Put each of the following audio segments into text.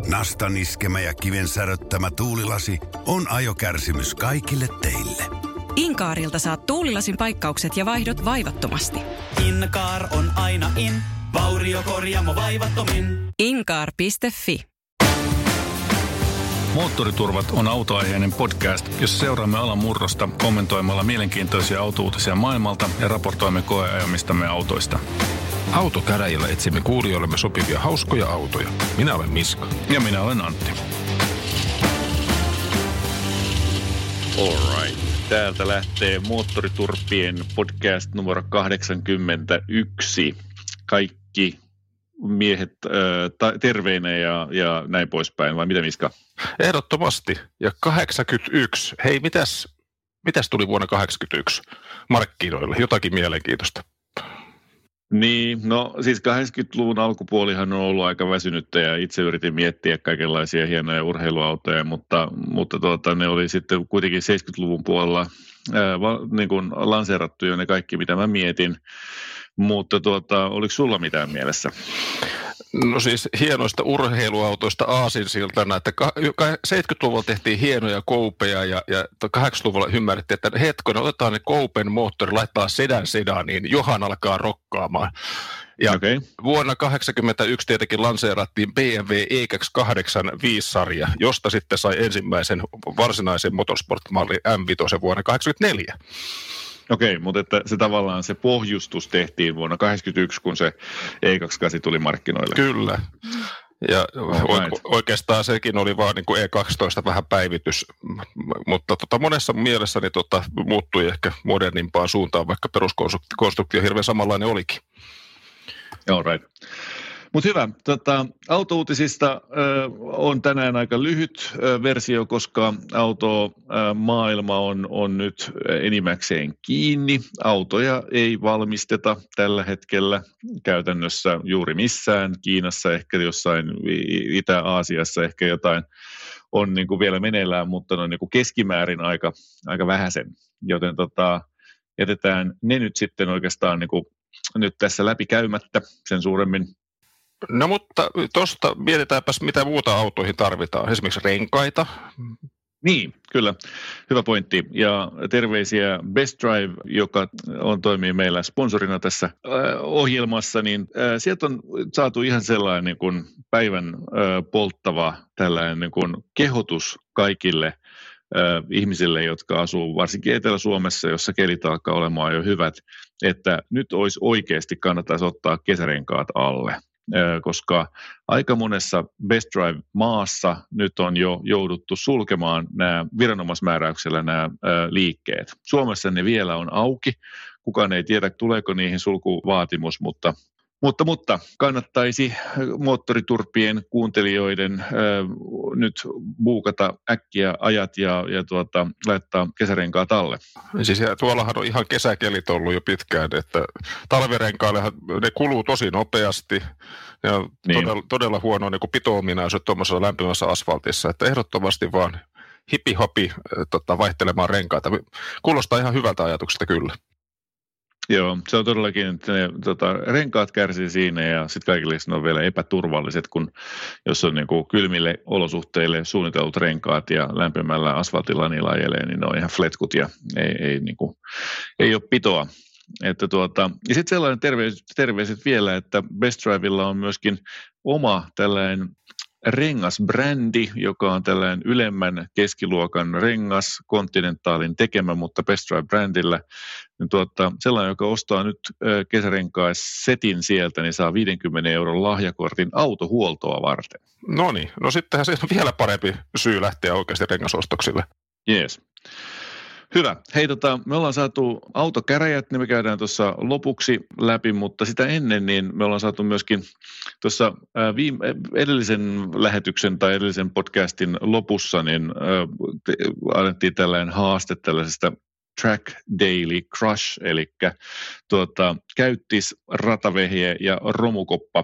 Nastan iskemä ja kiven säröttämä tuulilasi on ajokärsimys kaikille teille. Inkaarilta saat tuulilasin paikkaukset ja vaihdot vaivattomasti. Inkaar on aina in, vauriokorjaamo vaivattomin. Inkaar.fi. Moottoriturvat on autoaiheinen podcast, jossa seuraamme alan murrosta kommentoimalla mielenkiintoisia autouutisia maailmalta ja raportoimme koeajamistamme autoista. Autokäräjillä etsimme kuulijoillemme sopivia hauskoja autoja. Minä olen Miska. Ja minä olen Antti. Alright. Täältä lähtee Moottoriturppien podcast numero 81. Kaikki miehet terveinä ja näin poispäin, vai mitä Miska? Ehdottomasti. Ja 81. Hei, mitäs tuli vuonna 81 markkinoille? Jotakin mielenkiintoista. Niin, no siis 80-luvun alkupuolihan on ollut aika väsynyttä ja itse yritin miettiä kaikenlaisia hienoja urheiluautoja, mutta ne oli sitten kuitenkin 70-luvun puolella niin kuin lanseerattu jo ne kaikki, mitä mä mietin, mutta oliko sulla mitään mielessä? No siis hienoista urheiluautoista aasinsiltana, että 70-luvulla tehtiin hienoja koupeja ja 80-luvulla ymmärrettiin, että hetkonen, otetaan ne koupen moottori, laittaa sedaniin, johan alkaa rokkaamaan. Ja vuonna 1981 tietenkin lanseerattiin BMW E28 5-sarja, josta sitten sai ensimmäisen varsinaisen motorsport-mallin M5 vuonna 1984. Okei, mutta että se tavallaan se pohjustus tehtiin vuonna 1981, kun se E28 tuli markkinoille. Kyllä. Ja oikeastaan sekin oli vaan niin kuin E12 vähän päivitys, mutta monessa mielessä niin muuttui ehkä modernimpaan suuntaan, vaikka peruskonstruktio hirveän samanlainen olikin. All right. Mutta hyvä. Autouutisista on tänään aika lyhyt versio, koska automaailma on nyt enimmäkseen kiinni. Autoja ei valmisteta tällä hetkellä käytännössä juuri missään. Kiinassa ehkä jossain, Itä-Aasiassa ehkä jotain on niin kuin vielä meneillään, mutta ne on niin kuin keskimäärin aika vähäisen. Joten jätetään ne nyt sitten oikeastaan niin kuin nyt tässä läpi käymättä sen suuremmin. No mutta tuosta mietitäänpäs, mitä muuta autoihin tarvitaan. Esimerkiksi renkaita. Niin, kyllä. Hyvä pointti. Ja terveisiä Best Drive, joka toimii meillä sponsorina tässä ohjelmassa, niin sieltä on saatu ihan sellainen niin kuin päivän polttava tällainen niin kuin kehotus kaikille ihmisille, jotka asuu varsinkin Etelä-Suomessa, jossa kelit alkaa olemaan jo hyvät, että nyt olisi oikeasti kannattaisi ottaa kesärenkaat alle. Koska aika monessa Best Drive-maassa nyt on jo jouduttu sulkemaan nämä viranomaismääräyksellä nämä liikkeet. Suomessa ne vielä on auki. Kukaan ei tiedä, tuleeko niihin sulkuvaatimus, mutta kannattaisi moottoriturppien kuuntelijoiden nyt buukata äkkiä ajat ja laittaa kesärenkaat alle. Siis tuollahan on ihan kesäkelit ollut jo pitkään, että talvirenkaillehan ne kuluu tosi nopeasti ja niin. Todella huono niin kuin pito-ominaisuus tuommoisella lämpimässä asfaltissa, että ehdottomasti vaan hipi-hopi vaihtelemaan renkaita. Kuulostaa ihan hyvältä ajatukselta kyllä. Joo, se on todellakin, että ne renkaat kärsii siinä ja sitten kaikille ne on vielä epäturvalliset, kun jos on niin kuin kylmille olosuhteille suunnitellut renkaat ja lämpimällä asfaltilla niillä ajelee, niin ne on ihan fletkut ja ei ole pitoa. Että ja sitten sellainen terveiset vielä, että Best Drivella on myöskin oma tällainen rengasbrändi, joka on tällainen ylemmän keskiluokan rengas, Continentalin tekemä, mutta Best Drive-brändillä. Niin sellainen, joka ostaa nyt kesärenkaissetin sieltä, niin saa 50 € lahjakortin autohuoltoa varten. No niin, no sittenhän se on vielä parempi syy lähteä oikeasti rengasostoksille. Jees. Hyvä. Hei, me ollaan saatu autokäräjät, niin me käydään tuossa lopuksi läpi, mutta sitä ennen niin me ollaan saatu myöskin tuossa edellisen lähetyksen tai edellisen podcastin lopussa, niin annettiin tällainen haaste tällaisesta Track Daily Crush, eli käyttis, ratavehje ja romukoppa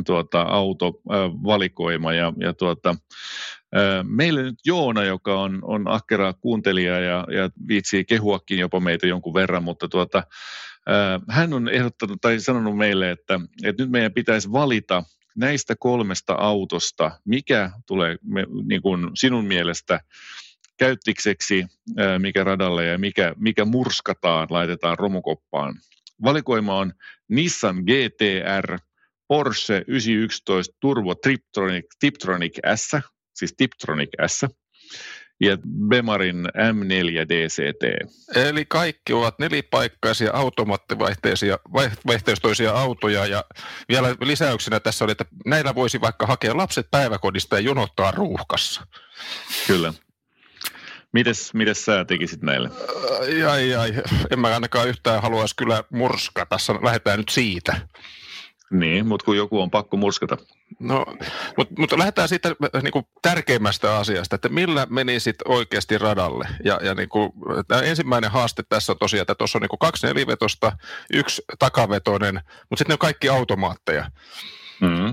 autovalikoima ja meille nyt Joona, joka on ahkera kuuntelija ja viitsii kehuakin jopa meitä jonkun verran, mutta hän on ehdottanut tai sanonut meille, että nyt meidän pitäisi valita näistä 3 autosta, mikä tulee niin kuin sinun mielestä käyttikseksi, mikä radalle ja mikä murskataan, laitetaan romukoppaan? Valikoima on Nissan GT-R, Porsche 911 Turbo Tiptronic S, siis Tiptronic S, ja Bemarin M4 DCT. Eli kaikki ovat nelipaikkaisia automaattivaihteistoisia autoja, ja vielä lisäyksenä tässä oli, että näillä voisi vaikka hakea lapset päiväkodista ja jonottaa ruuhkassa. Kyllä. Mites sä tekisit näille? En mä ainakaan yhtään haluaisi kyllä murskata, lähdetään nyt siitä. Niin, mutta kun joku on pakko murskata. No, mutta lähdetään siitä niin kuin tärkeimmästä asiasta, että millä menisit oikeasti radalle. Ja niin kuin, tämä ensimmäinen haaste tässä on tosiaan, että tuossa on niin kuin 2 nelivetosta, 1 takavetoinen, mutta sitten ne on kaikki automaatteja. Mm-hmm.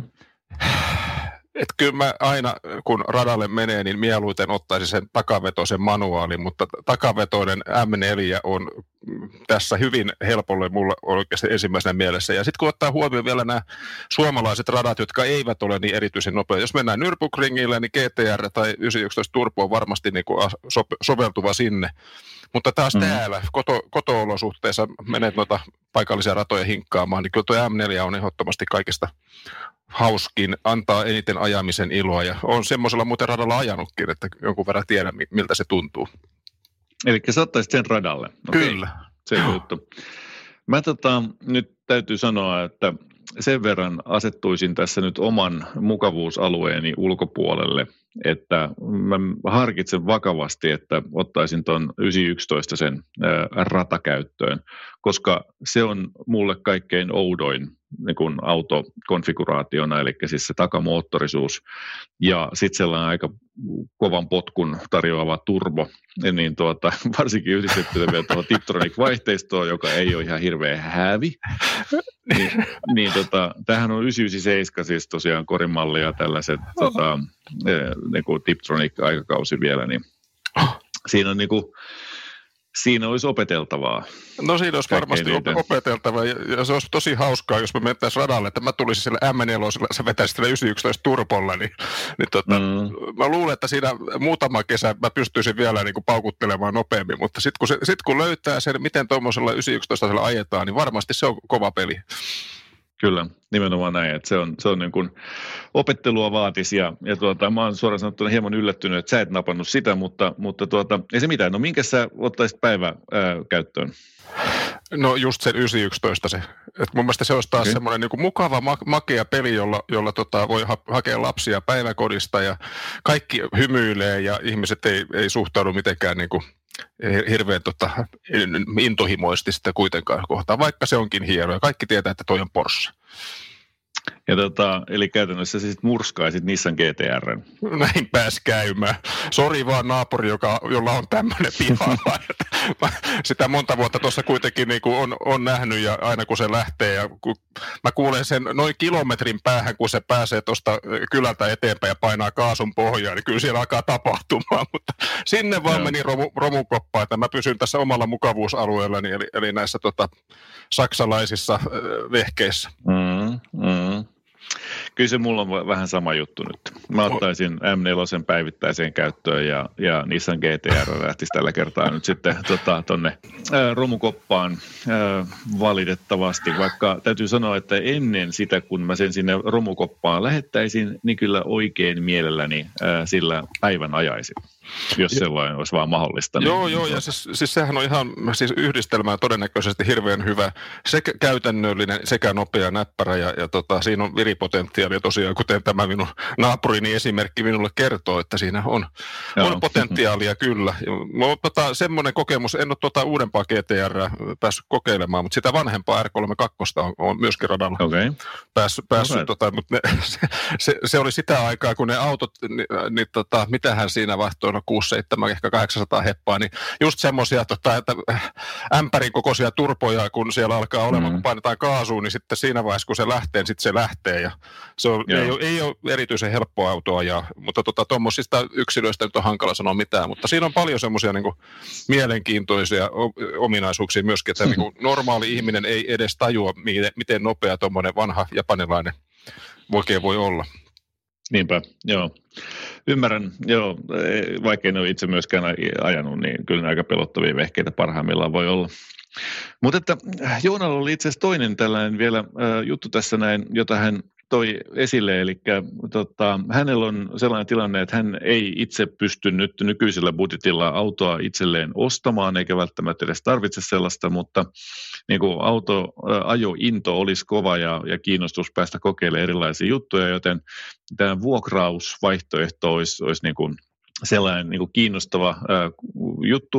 Että kyllä mä aina, kun radalle menee, niin mieluiten ottaisin sen takavetoisen manuaalin, mutta takavetoinen M4 on tässä hyvin helpolle mulla oikeasti ensimmäisenä mielessä. Ja sitten kun ottaa huomioon vielä nämä suomalaiset radat, jotka eivät ole niin erityisen nopeita. Jos mennään Nürburgringille, niin GTR tai 911 Turbo on varmasti niin kuin soveltuva sinne. Mutta taas täällä koto-olosuhteissa menet noita paikallisia ratoja hinkkaamaan, niin kyllä tuo M4 on ehdottomasti kaikista hauskin, antaa eniten ajamisen iloa, ja on semmoisella muuten radalla ajanutkin, että jonkun verran tiedän, miltä se tuntuu. Eli sä ottaisit sen radalle? Okei. Kyllä. Se juttu. Mä nyt täytyy sanoa, että sen verran asettuisin tässä nyt oman mukavuusalueeni ulkopuolelle, että mä harkitsen vakavasti, että ottaisin ton 911 sen ratakäyttöön, koska se on mulle kaikkein oudoin niin kuin autokonfiguraationa, eli siis se takamoottorisuus ja sitten sellainen aika kovan potkun tarjoava turbo, niin varsinkin yhdistettynä vielä tuohon Tiptronic-vaihteistoon, joka ei ole ihan hirveän häävi. Tämähän on 997, siis tosiaan korimalli ja tällaiset niin kuin Tiptronic-aikakausi vielä, niin siinä on niin kuin siinä olisi opeteltavaa. No siinä olisi varmasti opeteltavaa, ja se olisi tosi hauskaa, jos me mentäisiin radalle, että mä tulisin sillä M4, sä vetäisit sillä 911 turbolla, niin mä luulen, että siinä muutama kesä mä pystyisin vielä niin kuin paukuttelemaan nopeammin, mutta sitten kun löytää sen, miten tuommoisella 911 ajetaan, niin varmasti se on kova peli. Kyllä, nimenomaan näin, että se on niin kuin opettelua vaatisi ja mä oon suoraan sanottuna hieman yllättynyt, että sä et napannut sitä, mutta ei se mitään. No minkä sä ottaisit päiväkäyttöön? No just sen 911 se. Et mun mielestä se olisi taas semmoinen niin kuin mukava, makea peli, jolla voi hakea lapsia päiväkodista ja kaikki hymyilee ja ihmiset ei suhtaudu mitenkään niin kuin hirveän intohimoisesti sitä kuitenkaan kohtaan, vaikka se onkin hieno ja kaikki tietää, että toi on Porsche. Ja eli käytännössä siis murskaisit Nissan GT-R:n. Näin pääsi käymään. Sori vaan naapuri, jolla on tämmöinen pihalla. Sitä monta vuotta tuossa kuitenkin niin kuin on nähnyt ja aina kun se lähtee ja kun mä kuulen sen noin kilometrin päähän, kun se pääsee tuosta kylältä eteenpäin ja painaa kaasun pohjaan, niin kyllä siellä alkaa tapahtumaan, mutta sinne vaan meni romukoppaan, että mä pysyn tässä omalla mukavuusalueellani, eli näissä saksalaisissa vehkeissä. Kyllä se mulla on vähän sama juttu nyt. Mä ottaisin M4 päivittäiseen käyttöön ja Nissan GT-R lähtisi tällä kertaa nyt sitten tonne romukoppaan valitettavasti, vaikka täytyy sanoa, että ennen sitä, kun mä sen sinne romukoppaan lähettäisin, niin kyllä oikein mielelläni sillä päivän ajaisin, jos sellainen olisi vaan mahdollista. Joo, ja siis sehän on ihan yhdistelmää todennäköisesti hirveän hyvä, sekä käytännöllinen sekä nopea näppärä ja siinä on viripotentiaalia tosiaan, kuten tämä minun naapurini esimerkki minulle kertoo, että siinä on potentiaalia kyllä. Mutta semmoinen kokemus, en ole uudempaa GTR päässyt kokeilemaan, mutta sitä vanhempaa R32 on myöskin radalla päässyt, mutta se oli sitä aikaa, kun ne autot, niin mitähän siinä vaihtoi, 6, 7, ehkä 800 heppaa, niin just semmoisia, että ämpärin kokoisia turpoja, kun siellä alkaa olemaan, kun painetaan kaasuun, niin sitten siinä vaiheessa, kun se lähtee, niin sitten se lähtee, ja se ei ole erityisen helppoa autoa ajaa, mutta tuommoisista yksilöistä nyt on hankala sanoa mitään, mutta siinä on paljon semmoisia niin kuin mielenkiintoisia ominaisuuksia myöskin, että niin kuin normaali ihminen ei edes tajua, miten nopea tuommoinen vanha japanilainen oikein voi olla. Niinpä, joo. Ymmärrän, joo, vaikka en ole itse myöskään ajanut, niin kyllä ne aika pelottavia vehkeitä parhaimmillaan voi olla. Mutta että Joonalla oli itse asiassa toinen tällainen vielä juttu tässä näin, jota hän toi esille, eli hänellä on sellainen tilanne, että hän ei itse pysty nyt nykyisellä budjetilla autoa itselleen ostamaan, eikä välttämättä edes tarvitse sellaista, mutta niin kuin ajointo olisi kova ja kiinnostus päästä kokeilemaan erilaisia juttuja, joten tämä vuokrausvaihtoehto olisi niin kuin sellainen niin kuin kiinnostava juttu.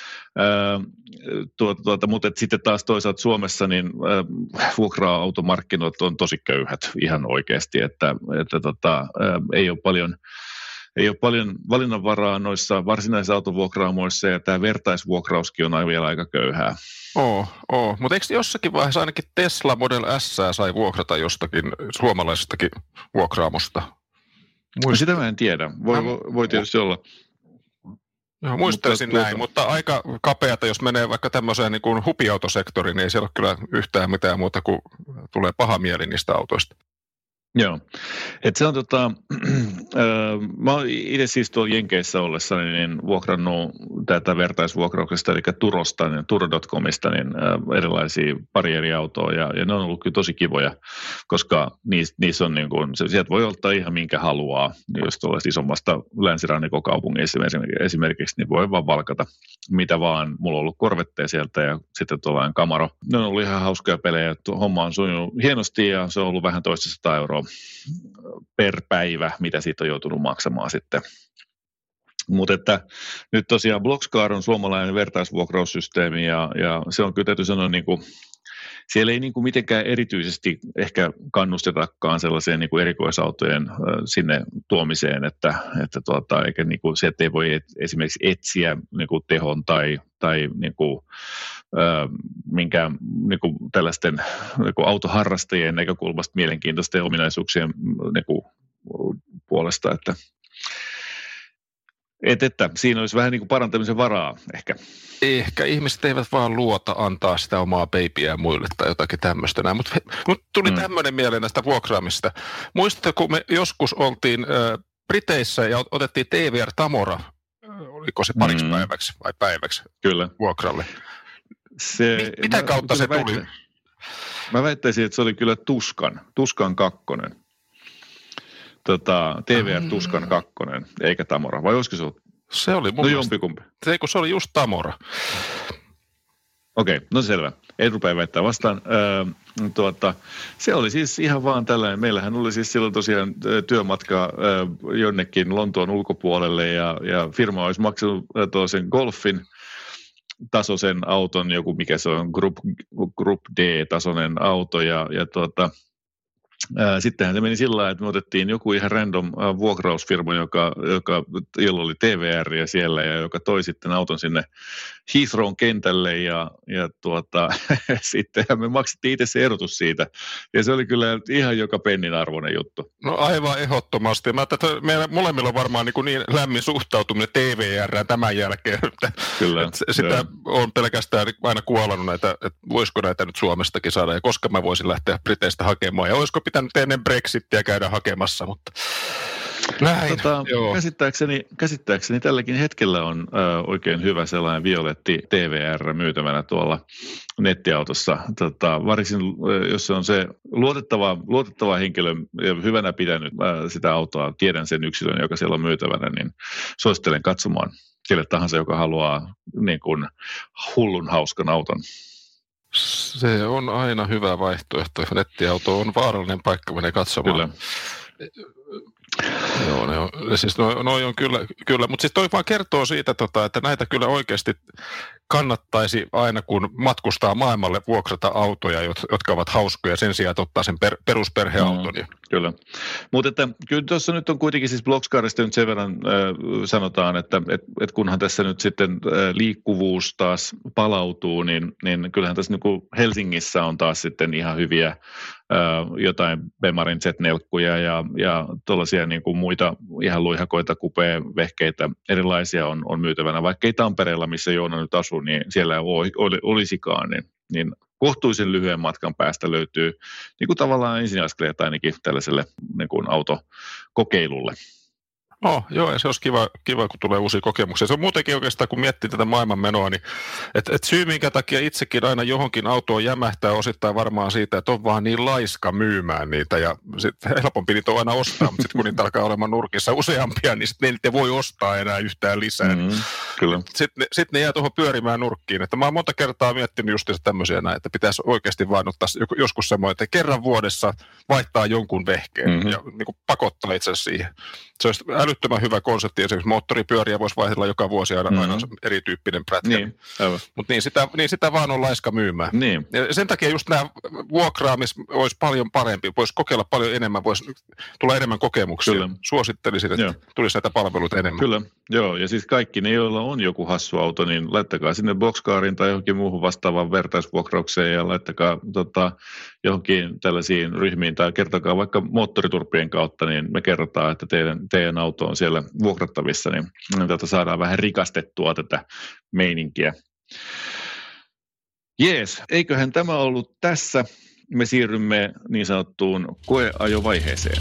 Mutta sitten taas toisaalta Suomessa niin vuokra-automarkkinat on tosi köyhät ihan oikeasti, että ei ole paljon valinnanvaraa noissa varsinaisissa autovuokraamoissa ja tämä vertaisvuokrauskin on vielä aika köyhää. Mutta eikö jossakin vaiheessa ainakin Tesla Model S sai vuokrata jostakin suomalaisestakin vuokraamosta? Sitä mä en tiedä. Voi tietysti olla. Joo, muistelisin näin, mutta aika kapeata, jos menee vaikka tämmöiseen niin kuin hupiautosektoriin, niin ei siellä ole kyllä yhtään mitään muuta kuin tulee paha mieli niistä autoista. Joo, että se on mä oon itse siis tuolla Jenkeissä ollessani niin vuokrannut tätä vertaisvuokrauksesta, eli Turosta, niin Turo.comista, niin erilaisia pari eri autoa, ja ne on ollut kyllä tosi kivoja, koska niissä on niin kuin, sieltä voi ottaa ihan minkä haluaa, jos tuollaista isommasta länsirannikkokaupungissa esimerkiksi, niin voi vaan valkata mitä vaan. Mulla on ollut Corvetteja sieltä ja sitten tuollainen Camaro. Ne on ollut ihan hauskoja pelejä, homma on sujunut hienosti ja se on ollut vähän toista 100 € per päivä, mitä siitä on joutunut maksamaan sitten. Mutta että nyt tosiaan Blockscar on suomalainen vertaisvuokraussysteemi ja se on kyllä täytyy sanoa, niin kuin, siellä ei niin kuin mitenkään erityisesti ehkä kannustetakaan sellaiseen niin kuin erikoisautojen sinne tuomiseen, että eikä niin kuin, sieltä ei voi esimerkiksi etsiä niin kuin tehon tai niin kuin, minkään niin kuin tällaisten niin kuin autoharrastajien näkökulmasta mielenkiintoisten ominaisuuksien niin kuin, puolesta, että siinä olisi vähän niin kuin parantamisen varaa ehkä. Ehkä ihmiset eivät vaan luota antaa sitä omaa babyä muille tai jotakin tämmöistä. Mutta tuli tämmöinen mieleen näistä vuokraamista. Muistatko, kun me joskus oltiin Briteissä ja otettiin TVR Tamora, oliko se pariksi päiväksi vai päiväksi? Kyllä. Vuokralle? Mitä kautta se tuli? Mä väittäisin, että se oli kyllä Tuskan kakkonen. TVR Tuskan kakkonen, eikä Tamora. Vai olisiko se ollut? Se oli mun mielestä. Jompikumpi. Se oli just Tamora. Okei, no selvä. Ei rupea väittää vastaan. Se oli siis ihan vaan tällainen. Meillähän oli siis silloin tosiaan työmatka jonnekin Lontoon ulkopuolelle ja firma olisi maksanut tuollaisen Golfin tasoisen auton, joku mikä se on, Group D-tasoinen auto ja sittenhän se meni sillä lailla, että me otettiin joku ihan random vuokrausfirma, jolla oli TVR siellä ja joka toi sitten auton sinne Heathrown kentälle ja sittenhän me maksettiin itse se erotus siitä. Ja se oli kyllä ihan joka pennin arvoinen juttu. No aivan ehdottomasti. Meillä molemmilla on varmaan niin lämmin suhtautuminen TVR:ään tämän jälkeen. Kyllä. Sitä on pelkästään aina kuolannut näitä, että voisiko näitä nyt Suomestakin saada ja koska mä voisin lähteä Briteistä hakemaan ja olisiko pitänyt ennen Brexittiä käydä hakemassa, mutta näin. Käsittääkseni tälläkin hetkellä on oikein hyvä sellainen violetti TVR myytävänä tuolla nettiautossa. Varsin, jos se on se luotettava henkilö ja hyvänä pitänyt sitä autoa, tiedän sen yksilön, joka siellä on myytävänä, niin suosittelen katsomaan kelle tahansa, joka haluaa niin kuin hullun hauskan auton. Se on aina hyvä vaihtoehto. Nettiauto on vaarallinen paikka, menee katsomaan. Kyllä. Joo, siis noi on kyllä, mutta siis toi vaan kertoo siitä, että näitä kyllä oikeasti kannattaisi aina, kun matkustaa maailmalle, vuokrata autoja, jotka ovat hauskoja sen sijaan, että ottaa sen perusperheauton. Kyllä, mutta kyllä tuossa nyt on kuitenkin siis Blockscarista nyt sen verran sanotaan, että kunhan tässä nyt sitten liikkuvuus taas palautuu, niin kyllähän tässä niin kuin Helsingissä on taas sitten ihan hyviä jotain Bemarin Z-nelkkuja ja tuollaisia niin kuin muita ihan luihakoita, kupea-vehkeitä, erilaisia on myytävänä, vaikka ei Tampereella, missä Joona nyt asuu, niin siellä ei olisikaan, niin niin kohtuullisen lyhyen matkan päästä löytyy niin kuin tavallaan ensiaskeleet ainakin tällaiselle niin kuin autokokeilulle. Joo, ja se olisi kiva, kun tulee uusia kokemuksia. Se on muutenkin oikeastaan, kun miettii tätä maailmanmenoa, niin että syy, minkä takia itsekin aina johonkin autoon jämähtää osittain varmaan siitä, että on vaan niin laiska myymään niitä, ja sitten helpompi niitä on aina ostaa, mutta sitten kun niitä alkaa olemaan nurkissa useampia, niin sitten niitä voi ostaa enää yhtään lisää. Kyllä. Sitten ne jää tuohon pyörimään nurkkiin. Että mä oon monta kertaa miettinyt just tämmöisiä näin, että pitäisi oikeasti vaan ottaa joskus semmoinen, että kerran vuodessa vaihtaa jonkun vehkeen ja niin kuin pakottaa itse asiassa siihen. Se olisi älyttömän hyvä konsepti. Esimerkiksi moottoripyöriä voisi vaihdella joka vuosi aina erityyppinen prätkä. Mutta niin sitä vaan on laiska myymään. Niin. Ja sen takia just nämä vuokraamis olisi paljon parempi. Voisi kokeilla paljon enemmän, voisi tulla enemmän kokemuksia. Kyllä. Suosittelisin, että tulisi näitä palveluita enemmän. Kyllä, joo. Ja siis kaikki ne, joilla on joku hassu auto, niin laittakaa sinne Boxcarin tai johonkin muuhun vastaavaan vertaisvuokraukseen ja laittakaa johonkin tällaisiin ryhmiin tai kertokaa vaikka moottoriturpien kautta, niin me kerrotaan, että teidän auto on siellä vuokrattavissa, niin saadaan vähän rikastettua tätä meininkiä. Jees, eiköhän tämä ollut tässä. Me siirrymme niin sanottuun koeajovaiheeseen.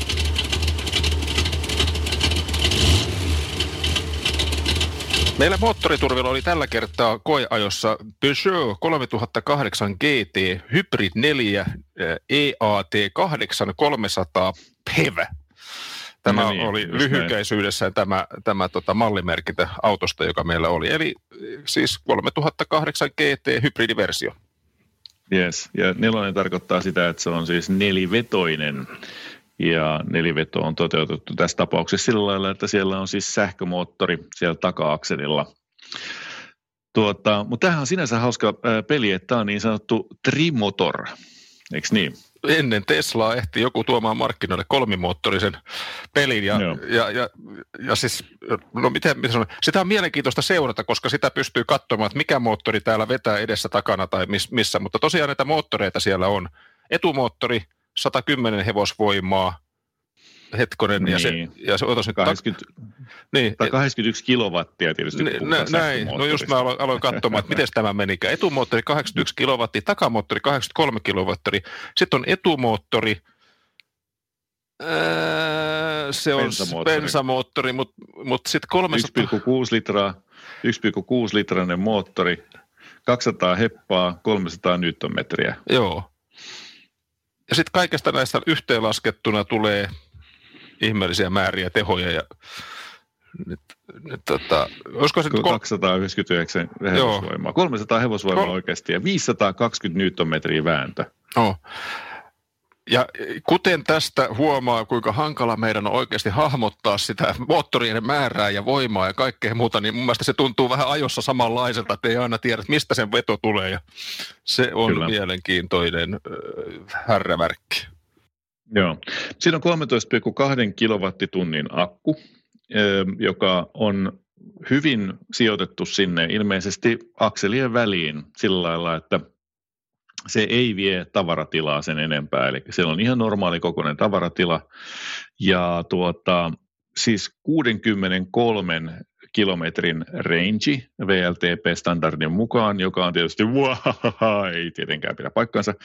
Meillä moottoriturvilla oli tällä kertaa koeajossa Peugeot 3008 GT Hybrid 4 EAT 8300 PHEV. Tämä oli lyhykäisyydessään tämä mallimerkintä autosta, joka meillä oli. Eli siis 3008 GT hybridiversio. Yes, ja 4 tarkoittaa sitä, että se on siis nelivetoinen. Ja neliveto on toteutettu tässä tapauksessa sillä lailla, että siellä on siis sähkömoottori siellä taka-akselilla. Mutta tämähän on sinänsä hauska peli, että tämä on niin sanottu trimotor, eikö niin? Ennen Teslaa ehti joku tuomaan markkinoille kolmimoottorisen pelin ja siis, no miten sanon, sitä on mielenkiintoista seurata, koska sitä pystyy katsomaan, että mikä moottori täällä vetää edessä, takana tai missä, mutta tosiaan näitä moottoreita siellä on. Etumoottori, 110 hevosvoimaa, hetkonen, niin. ja se otas nyt 81 kilowattia tietysti. Näin, no just mä aloin katsomaan, että miten tämä menikään. Etumoottori 81 kilowattia, takamoottori 83 kilowattia, sitten on etumoottori, se on bensamoottori, mutta sitten 300... 1,6 litrainen moottori, 200 heppaa, 300 newtonmetriä. Joo. Ja sitten kaikesta näistä yhteenlaskettuna tulee ihmeellisiä määriä tehoja ja olisiko se 299 hevosvoimaa, 300 hevosvoimaa oikeasti ja 520 newtonmetriä vääntö. No. Ja kuten tästä huomaa, kuinka hankala meidän on oikeasti hahmottaa sitä moottorien määrää ja voimaa ja kaikkea muuta, niin mun mielestä se tuntuu vähän ajossa samanlaiselta, että ei aina tiedä, mistä sen veto tulee. Ja se on kyllä mielenkiintoinen härrävärkki. Joo. Siinä on 13,2 kilowattitunnin akku, joka on hyvin sijoitettu sinne ilmeisesti akselien väliin sillä lailla, että se ei vie tavaratilaa sen enempää, eli siellä on ihan normaali kokoinen tavaratila, ja siis 63 kilometrin range VLTP-standardin mukaan, joka on tietysti, ei tietenkään pidä paikkansa,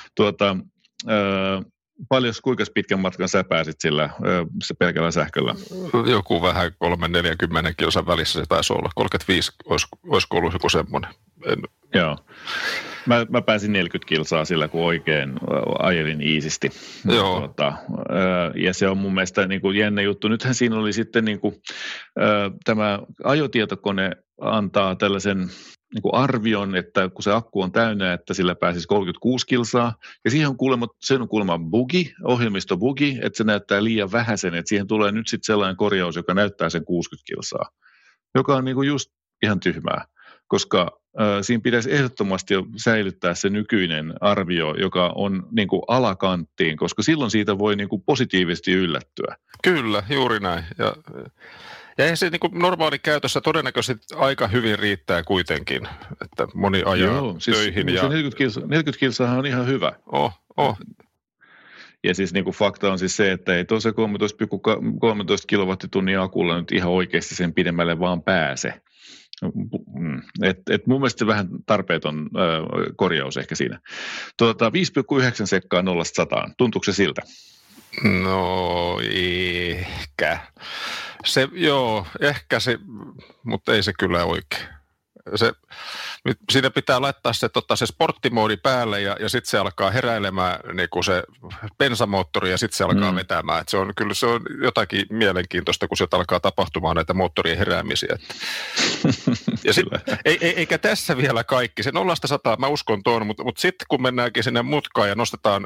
kuinka pitkän matkan sä pääsit sillä pelkällä sähköllä? Joku vähän 3-40 kilsan välissä se taisi olla, 35 olisiko ollut joku semmoinen. Joo. Mä pääsin 40 kilsaa sillä, kun oikein ajelin iisisti. Joo. Ja se on mun mielestä niin kuin jännä juttu. Nythän siinä oli sitten niin kuin, tämä ajotietokone antaa tällaisen niin kuin arvion, että kun se akku on täynnä, että sillä pääsisi 36 kilsaa. Ja siihen on kuulemma bugi, ohjelmistobugi, että se näyttää liian vähäisen, että siihen tulee nyt sitten sellainen korjaus, joka näyttää sen 60 kilsaa, joka on niin kuin just ihan tyhmää. Koska siinä pitäisi ehdottomasti säilyttää se nykyinen arvio, joka on niin kuin alakanttiin, koska silloin siitä voi niin kuin positiivisesti yllättyä. Kyllä, juuri näin. Ja eihän se niin kuin normaali käytössä todennäköisesti aika hyvin riittää kuitenkin, että moni ajaa töihin. Siis 40 kilsahan on ihan hyvä. Ja siis niin kuin fakta on siis se, että ei tuossa 13,13 kilowattitunnin akulla nyt ihan oikeasti sen pidemmälle vaan pääse. Et mun mielestä vähän tarpeeton korjaus ehkä siinä. 5,9 sekkaa 0-100. Tuntuuko se siltä? No ehkä. Ehkä se, mutta ei se kyllä oikein. Siinä pitää laittaa se sporttimoodi päälle ja sitten se alkaa heräilemään niin kuin se bensamoottori ja sitten se alkaa vetämään. Se on jotakin mielenkiintoista, kun sieltä alkaa tapahtumaan näitä moottorien heräämisiä. Ja eikä tässä vielä kaikki. Se 0-100 mä uskon tuon, mutta sitten kun mennäänkin sinne mutkaan ja nostetaan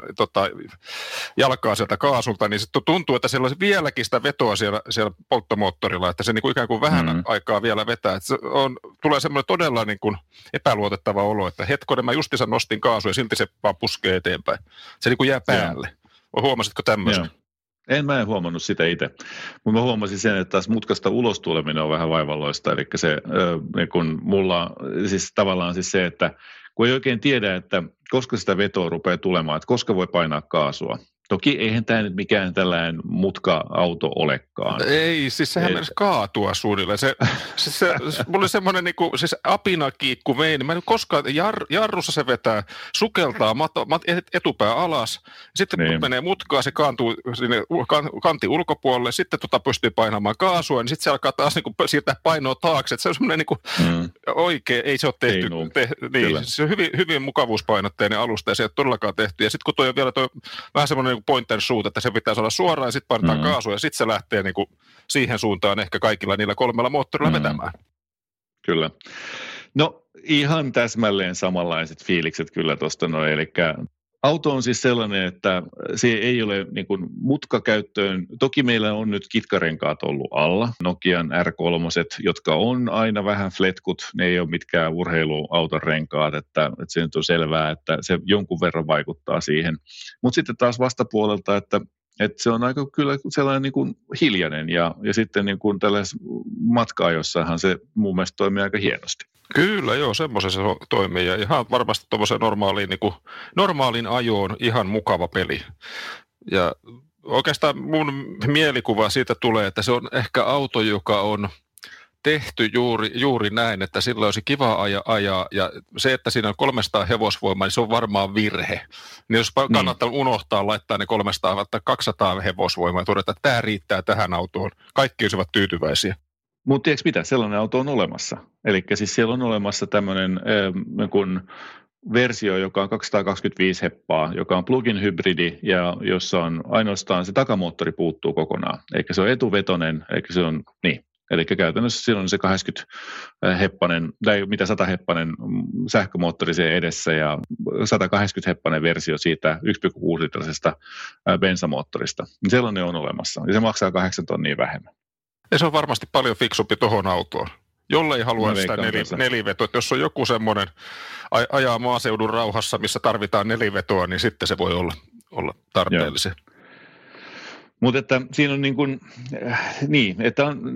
jalkaa sieltä kaasulta, niin sitten tuntuu, että siellä on vieläkin sitä vetoa siellä polttomoottorilla, että se niin kuin ikään kuin vähän aikaa vielä vetää. Että tulee semmoinen todella niin kuin epäluotettava olo, että hetkonen mä justiinsa nostin kaasua ja silti se vaan puskee eteenpäin. Se niin kuin jää päälle. Huomasitko tämmöisen? Mä en huomannut sitä itse, mutta mä huomasin sen, että taas mutkasta ulos tuleminen on vähän vaivalloista, eli se niin kun mulla, siis tavallaan siis se, että kun ei oikein tiedä, että koska sitä vetoa rupeaa tulemaan, että koska voi painaa kaasua. Toki eihän tämä nyt mikään tällainen mutka-auto olekaan. Ei, siis sehän menisi kaatua suunnilleen. Mulla oli semmoinen niinku, siis apinakiikku veini. Mä en koskaan, jarrussa se vetää, sukeltaa etupää alas. Sitten kun menee mutkaan, se kaantuu sinne kantin ulkopuolelle. Sitten pystyy painamaan kaasua, niin sitten se alkaa taas niinku siirtää painoa taakse. Et se on semmoinen niinku, oikein, ei se ole tehty. Niin, se on hyvin mukavuuspainotteinen alusta ja se ei ole todellakaan tehty. Ja sitten kun toi on vielä vähän semmoinen point and shoot, että se pitää saada suoraan ja sitten painetaan kaasua ja sitten se lähtee niinku siihen suuntaan ehkä kaikilla niillä 3 moottorilla vetämään. Kyllä. No ihan täsmälleen samanlaiset fiilikset kyllä tuosta noin, eli auto on siis sellainen, että se ei ole niin kuin mutkakäyttöön. Toki meillä on nyt kitkarenkaat ollut alla, Nokian R3, jotka on aina vähän fletkut, ne ei ole mitkään urheiluauton renkaat, että se nyt on selvää, että se jonkun verran vaikuttaa siihen. Mutta sitten taas vastapuolelta, että se on aika kyllä sellainen niin kuin hiljainen ja sitten niin kuin tällaisessa matka-ajossahan se mun mielestä toimii aika hienosti. Kyllä joo, semmoisen se toimii ja ihan varmasti tuommoisen normaaliin ajoon ihan mukava peli. Ja oikeastaan mun mielikuva siitä tulee, että se on ehkä auto, joka on tehty juuri näin, että sillä olisi kiva ajaa ja se, että siinä on 300 hevosvoimaa, niin se on varmaan virhe. Niin jos kannattaa unohtaa, laittaa ne 300 tai 200 hevosvoimaa ja todeta, että tämä riittää tähän autoon. Kaikki olisivat tyytyväisiä. Mutta tiedätkö mitä, sellainen auto on olemassa. Eli siis siellä on olemassa tämmöinen versio, joka on 225 heppaa, joka on plug-in hybridi ja jossa on ainoastaan se takamoottori puuttuu kokonaan. Eikä se on etuvetonen, eikä se on niin. Eli käytännössä silloin on se 80-heppanen, tai 100-heppanen sähkömoottori sen edessä ja 180-heppanen versio siitä 1,6-litrasesta bensamoottorista. Sellainen on olemassa ja se maksaa 8 tonnia vähemmän. Ja se on varmasti paljon fiksumpi tuohon autoon, jollei halua sitä nelivetoa. Jos on joku semmoinen ajaa maaseudun rauhassa, missä tarvitaan nelivetoa, niin sitten se voi olla tarpeellisia. Mutta että siinä on että on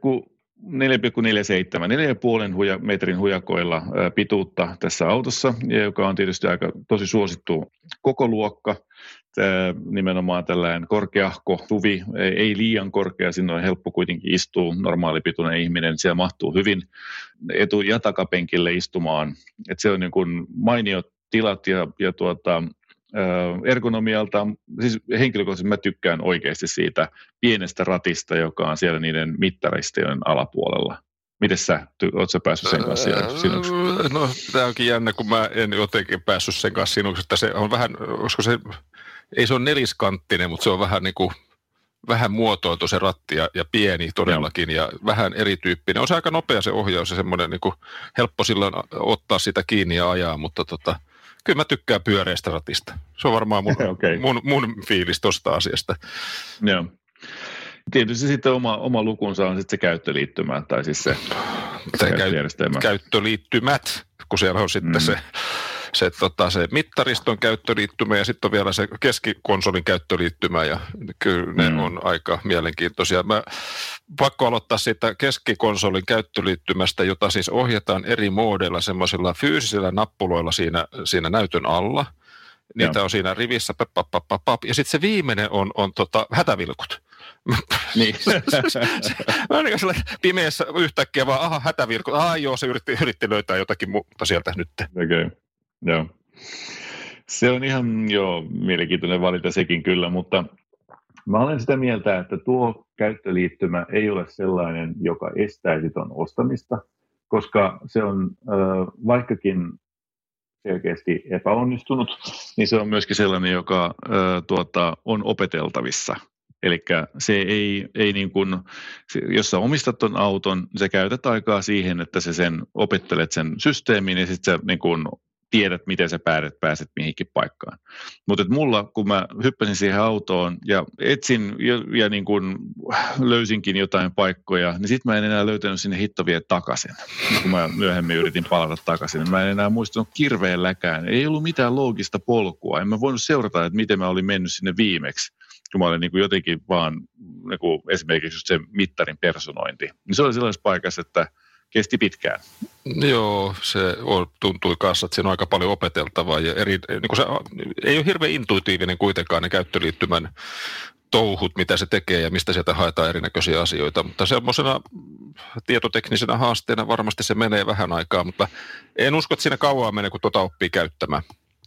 4,47 metrin hujakoilla pituutta tässä autossa, joka on tietysti tosi suosittu koko luokka. Nimenomaan tällainen korkeahko tuvi, ei liian korkea, siinä on helppo kuitenkin istua, normaalipituinen ihminen, siellä mahtuu hyvin etu- ja takapenkille istumaan. Et se on niin kuin mainiot tilat ja ergonomialta, siis henkilökohtaisesti mä tykkään oikeasti siitä pienestä ratista, joka on siellä niiden mittaristojen alapuolella. Mites oot sä päässyt sen kanssa sinuksi? No tämä onkin jännä, kun mä en jotenkin päässyt sen kanssa sinuksi, että se on vähän, koska se, ei se ole neliskanttinen, mutta se on vähän niin kuin, vähän muotoiltu se ratti ja pieni todellakin ja vähän erityyppinen. On se aika nopea se ohjaus ja semmoinen niin kuin helppo silloin ottaa sitä kiinni ja ajaa, mutta kyllä mä tykkään pyöreästä ratista. Se on varmaan mun fiilis tuosta asiasta. Joo. Tietysti sitten oma lukunsa on sitten se käyttöliittymä, tai siis se käyttöjärjestelmä. Käyttöliittymät, kun siellä on sitten se mittariston käyttöliittymä ja sitten on vielä se keskikonsolin käyttöliittymä ja kyllä ne on aika mielenkiintoisia. Pakko aloittaa siitä keskikonsolin käyttöliittymästä, jota siis ohjataan eri moodeilla semmoisilla fyysisillä nappuloilla siinä näytön alla. Niitä on siinä rivissä ja sitten se viimeinen on hätävilkut. Niin. Mä olin pimeässä yhtäkkiä vaan, hätävirkku. Joo, se yritti löytää jotakin muuta sieltä nyt. Okei, joo. Se on ihan mielenkiintoinen valinta sekin kyllä, mutta mä olen sitä mieltä, että tuo käyttöliittymä ei ole sellainen, joka estäisi ton ostamista, koska se on vaikkakin selkeästi epäonnistunut, niin se on myöskin sellainen, joka on opeteltavissa. Eli se ei niin kuin, jos sä omistat ton auton, sä käytät aikaa siihen, että sä opettelet sen systeemin ja sitten sä niin kuin tiedät, miten sä pääset mihinkin paikkaan. Mutta mulla, kun mä hyppäsin siihen autoon ja etsin ja niin kun löysinkin jotain paikkoja, niin sitten mä en enää löytänyt sinne hittovia takaisin. Kun mä myöhemmin yritin palata takaisin, mä en enää muistanut kirveelläkään. Ei ollut mitään loogista polkua. En mä voinut seurata, että miten mä olin mennyt sinne viimeksi, kun mä olin niin kuin jotenkin vaan niin kuin esimerkiksi just se mittarin personointi. Niin se oli sellaisessa paikassa, että kesti pitkään. Joo, se tuntui kanssa, että siinä on aika paljon opeteltavaa ja niin kuin se ei ole hirveän intuitiivinen kuitenkaan ne käyttöliittymän touhut, mitä se tekee ja mistä sieltä haetaan erinäköisiä asioita, mutta semmoisena tietoteknisenä haasteena varmasti se menee vähän aikaa, mutta en usko, että siinä kauan menee, kun oppii käyttämään.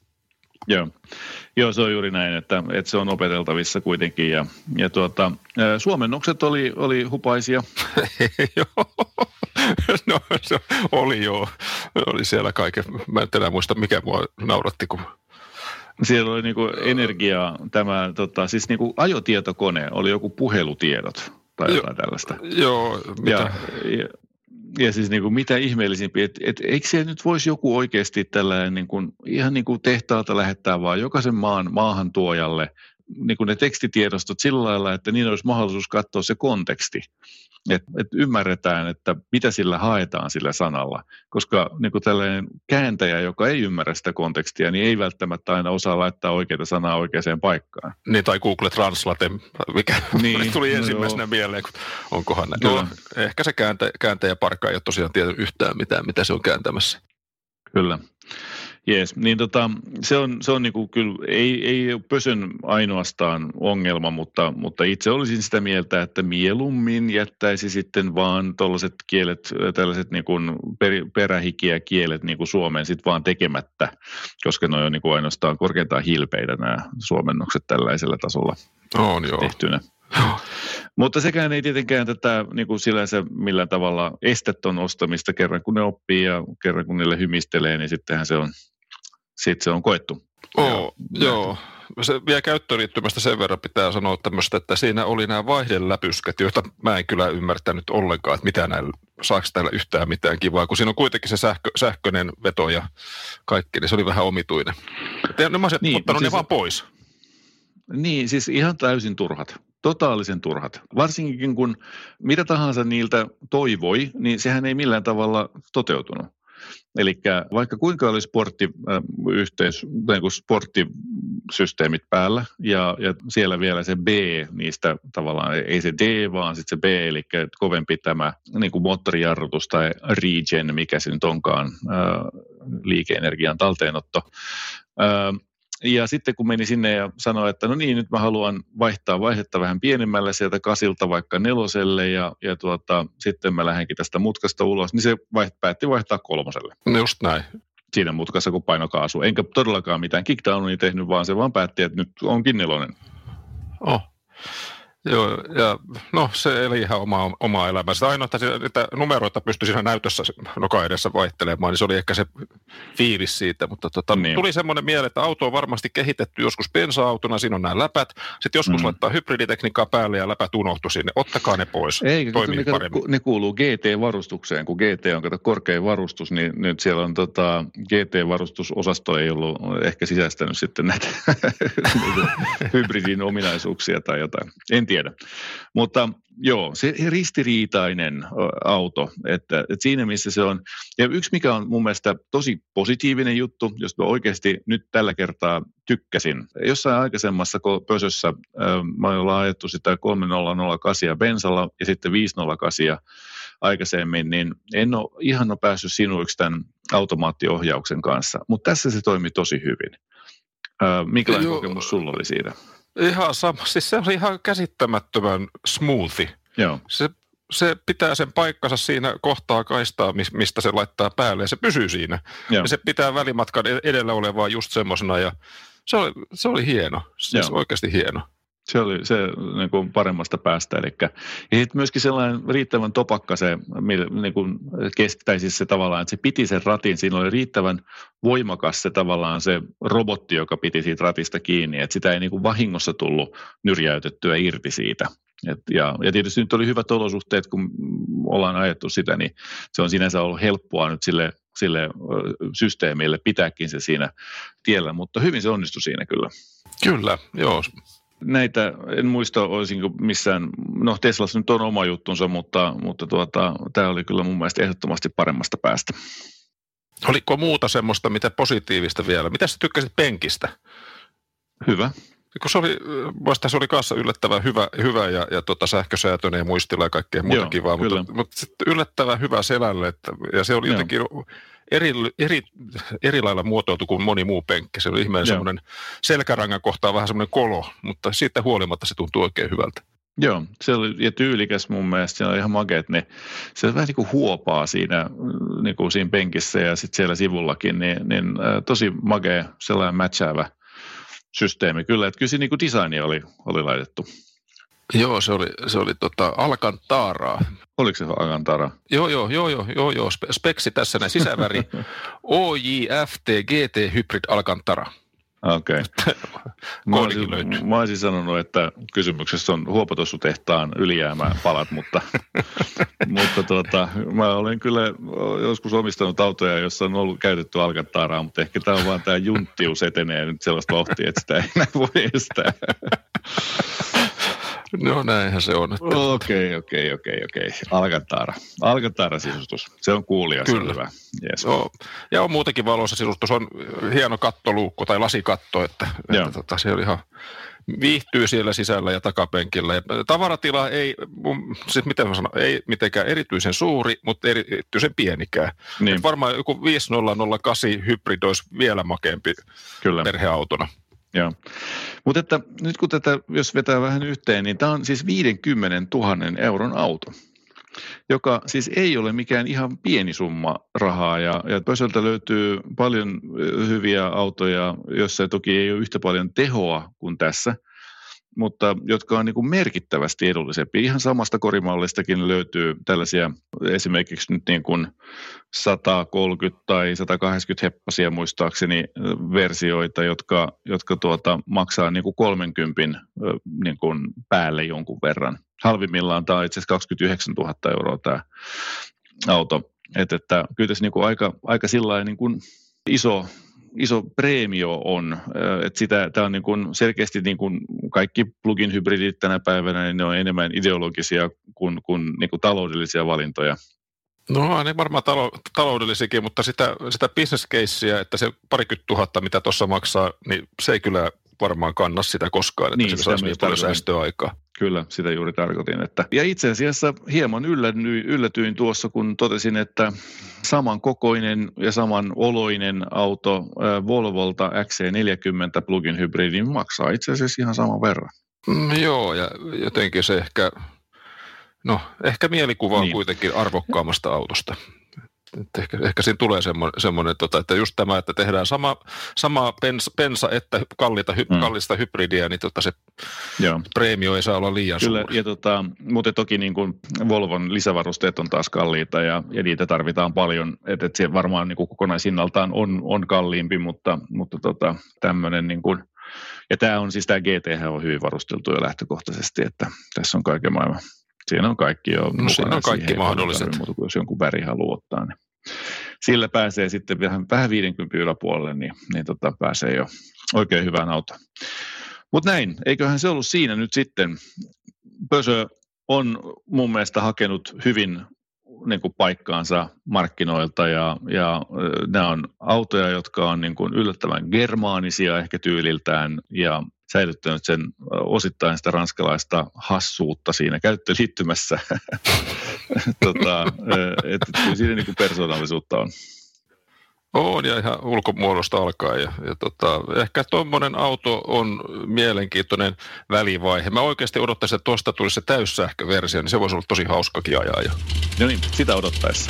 Joo, se on juuri näin, että se on opeteltavissa kuitenkin ja suomennokset oli hupaisia. Joo. No se oli joo. Oli siellä kaiken. Mä en enää muista, mikä mua nauratti. Siellä oli niinku energiaa, siis niinku ajotietokone, oli joku puhelutiedot tai jotain tällaista. Joo, mitä? Ja siis niinku mitä ihmeellisimpiä, että eikö siellä nyt voisi joku oikeasti tällainen niinku, ihan niin kuin tehtaalta lähettää vaan jokaisen maahantuojalle niin ne tekstitiedostot sillä lailla, että niin olisi mahdollisuus katsoa se konteksti. Että ymmärretään, että mitä sillä haetaan sillä sanalla, koska niin tällainen kääntäjä, joka ei ymmärrä sitä kontekstia, niin ei välttämättä aina osaa laittaa oikeaa sanaa oikeaan paikkaan. Niin, tai Google Translate, mikä niin, tuli ensimmäisenä mieleen, onkohan näin. No, ehkä se kääntäjäparkka ei ole tosiaan tiedä yhtään mitään, mitä se on kääntämässä. Kyllä. Jees, niin se on niinku kyllä, ei ole pösön ainoastaan ongelma, mutta itse olisin sitä mieltä, että mieluummin jättäisi sitten vaan tuollaiset kielet, tällaiset niinku perähikiä kielet niinku Suomeen sitten vaan tekemättä, koska ne on niinku ainoastaan korkeintaan hilpeitä nämä suomennokset tällaisella tasolla tehtynä. Mutta sekään ei tietenkään tätä niin sillänsä millään tavalla estä ton ostamista kerran kun ne oppii ja kerran kun niille hymistelee, niin sittenhän se on koettu. Joo. Se vielä käyttöliittymästä sen verran pitää sanoa tämmöistä, että siinä oli nämä vaihdeläpyskät, joita mä en kyllä ymmärtänyt ollenkaan, että mitä näillä, saako täällä yhtään mitään kivaa, kun siinä on kuitenkin se sähköinen veto ja kaikki, niin se oli vähän omituinen. Mä olisin ottanut ne vaan pois. Niin, siis ihan täysin turhat. Totaalisen turhat. Varsinkin kun mitä tahansa niiltä toivoi, niin sehän ei millään tavalla toteutunut. Eli vaikka kuinka oli sporttisysteemit päällä ja siellä vielä se B niistä tavallaan, ei se D vaan sitten se B, eli kovempi tämä niin kuin moottorijarrutus tai regen, mikä se nyt onkaan, liike-energian talteenotto. Ja sitten kun meni sinne ja sanoi, että no niin, nyt mä haluan vaihtaa vaihetta vähän pienemmällä sieltä 8 vaikka 4 ja sitten mä lähdenkin tästä mutkasta ulos, niin se päätti vaihtaa 3. Just näin. Siinä mutkassa kun paino kaasu. Enkä todellakaan mitään kickdownia tehnyt, vaan se vaan päätti, että nyt onkin 4. Joo, ja no se eli ihan omaa elämänsä. Ainoa, että numeroita pystyi siinä näytössä nokan edessä vaihtelemaan, niin se oli ehkä se fiilis siitä, mutta niin. Tuli semmoinen mieleen, että auto on varmasti kehitetty joskus bensa-autona, siinä on nämä läpät, sitten joskus laittaa hybriditekniikkaa päälle ja läpät unohtui sinne, ottakaa ne pois, toimii paremmin. Ne kuuluu GT-varustukseen, kun GT on korkea varustus, niin nyt siellä on GT-varustusosasto ei ollut ehkä sisäistänyt sitten näitä hybridin ominaisuuksia tai jotain, en tiedä. Mutta joo, se ristiriitainen auto, että siinä missä se on. Ja yksi mikä on mun mielestä tosi positiivinen juttu, jos mä oikeasti nyt tällä kertaa tykkäsin. Jossain aikaisemmassa pösössä mä ollaan ajettu sitä 3008 bensalla ja sitten 508 aikaisemmin, niin en ole ihan päässyt sinuiksi tämän automaattiohjauksen kanssa, mutta tässä se toimi tosi hyvin. Minkälainen kokemus sulla oli siitä? Ihan sama. Siis se oli ihan käsittämättömän smoothi. Joo. Se pitää sen paikkansa siinä kohtaa kaistaa, mistä se laittaa päälle ja se pysyy siinä. Joo. Ja se pitää välimatkan edellä olevaa just semmosena ja se oli hieno. Siis oikeasti hieno. Se oli se niin kuin paremmasta päästä. Ja sitten myöskin sellainen riittävän topakka se, niin kuin siis se tavallaan, että se piti sen ratin. Siinä oli riittävän voimakas se tavallaan se robotti, joka piti siitä ratista kiinni. Että sitä ei niin kuin vahingossa tullut nyrjäytettyä irti siitä. Ja tietysti nyt oli hyvät olosuhteet, kun ollaan ajettu sitä, niin se on sinänsä ollut helppoa nyt sille systeemille pitääkin se siinä tiellä, mutta hyvin se onnistui siinä kyllä. Kyllä, joo. Näitä en muista, olisinko missään, no Teslassa nyt on oma juttunsa, mutta tämä oli kyllä mun mielestä ehdottomasti paremmasta päästä. Oliko muuta semmoista, mitä positiivista vielä? Mitä sä tykkäsit penkistä? Hyvä. Kun se oli kanssa yllättävän hyvä ja sähkösäätöinen ja muistilla ja kaikkea muuta kivaa, mutta yllättävän hyvä selälle, ja se oli jotenkin eri lailla muotoiltu kuin moni muu penkki. Se oli ihmeellinen semmoinen selkärangan kohtaan vähän semmoinen kolo, mutta siitä huolimatta se tuntui oikein hyvältä. Joo, se oli ja tyylikäs mun mielestä, se on ihan makeet, se vähän niin kuin huopaa siinä penkissä ja sitten siellä sivullakin, niin tosi makea sellainen matchäävä systeemi kyllä, että kyllä se niin kuin designi oli laitettu. Joo, se oli Alcantaraa. Oliko se Alcantara? Joo, speksi tässä näin sisäväri. OJFT GT Hybrid Alcantara. Okei. Mä olisin sanonut, että kysymyksessä on huopatossutehtaan ylijäämäpalat, mutta mä olen kyllä joskus omistanut autoja, jossa on ollut käytetty Alcantaraa, mutta ehkä tämä on vaan tämä junttius etenee nyt sellaista vauhtia, että sitä ei enää voi estää. No näinhän se on. Okei. Alcantara-sisustus. Se on kuulia, se on hyvä. Yes. Joo. Ja on muutenkin valossa sisustus. On hieno kattoluukku tai lasikatto, että se on ihan viihtyy siellä sisällä ja takapenkillä. Ja tavaratila ei, siis miten mä sanon, ei mitenkään erityisen suuri, mutta erityisen pienikään. Niin. Varmaan joku 5008 hybrid olisi vielä makeampi perheautona. Joo, mutta että nyt kun tätä, jos vetää vähän yhteen, niin tämä on siis 50 000 euron auto, joka siis ei ole mikään ihan pieni summa rahaa ja Pösöltä löytyy paljon hyviä autoja, joissa toki ei ole yhtä paljon tehoa kuin tässä, mutta jotka on niin kuin merkittävästi edullisempia. Ihan samasta korimallistakin löytyy tällaisia esimerkiksi nyt niin kuin 130 tai 180 heppasia muistaakseni versioita, jotka maksaa niin kuin 30 niin kuin päälle jonkun verran. Halvimmillaan tämä on itse asiassa 29 000 euroa tämä auto. Että kyllä tässä niin kuin aika sillain niin kuin iso preemio on, että tämä on niin kuin selkeästi niin kuin kaikki plug-in hybridit tänä päivänä, niin ne on enemmän ideologisia kuin taloudellisia valintoja. No ne varmaan taloudellisikin, mutta sitä business casea, että se 20 000, mitä tuossa maksaa, niin se ei kyllä varmaan kanna sitä koskaan, että niin, se saisi niin paljon säästöaikaa. Kyllä, sitä juuri tarkoitin. Ja itse asiassa hieman yllätyin tuossa, kun totesin, että samankokoinen ja samanoloinen auto Volvolta XC40 plug-in hybridin maksaa itse asiassa ihan saman verran. Joo, ja jotenkin se ehkä mielikuva on kuitenkin arvokkaammasta autosta. Ehkä siinä tulee semmoinen, että just tämä, että tehdään sama pensa että kallista hybridiä, niin se preemio ei saa olla liian kyllä, suuri. Ja mutta toki niin kuin Volvon lisävarusteet on taas kalliita ja niitä tarvitaan paljon, että se varmaan niin kuin kokonaishinnaltaan on kalliimpi, mutta tämmöinen niin kuin, ja tämä on siis tämä GT on hyvin varusteltu jo lähtökohtaisesti, että tässä on kaiken maailman. Siinä on kaikki jo mukana. Siinä on kaikki mahdolliset. Mutta jos jonkun väri haluaa ottaa, niin sillä pääsee sitten vähän 50 yläpuolelle, niin pääsee jo oikein hyvään autoon. Mutta näin, eiköhän se ollut siinä nyt sitten. Peugeot on mun mielestä hakenut hyvin niin kuin paikkaansa markkinoilta ja nämä on autoja, jotka on niin kuin yllättävän germaanisia ehkä tyyliltään ja säilyttänyt sen osittain sitä ranskalaista hassuutta siinä käyttöliittymässä. Että siinä niin kuin persoonallisuutta on. On ja ihan ulkomuodosta alkaen. Ja ehkä tuommoinen auto on mielenkiintoinen välivaihe. Mä oikeasti odottaisin, että tuosta tulisi se täyssähköversio, niin se voisi olla tosi hauskakin ajaa. No niin, sitä odottaessa.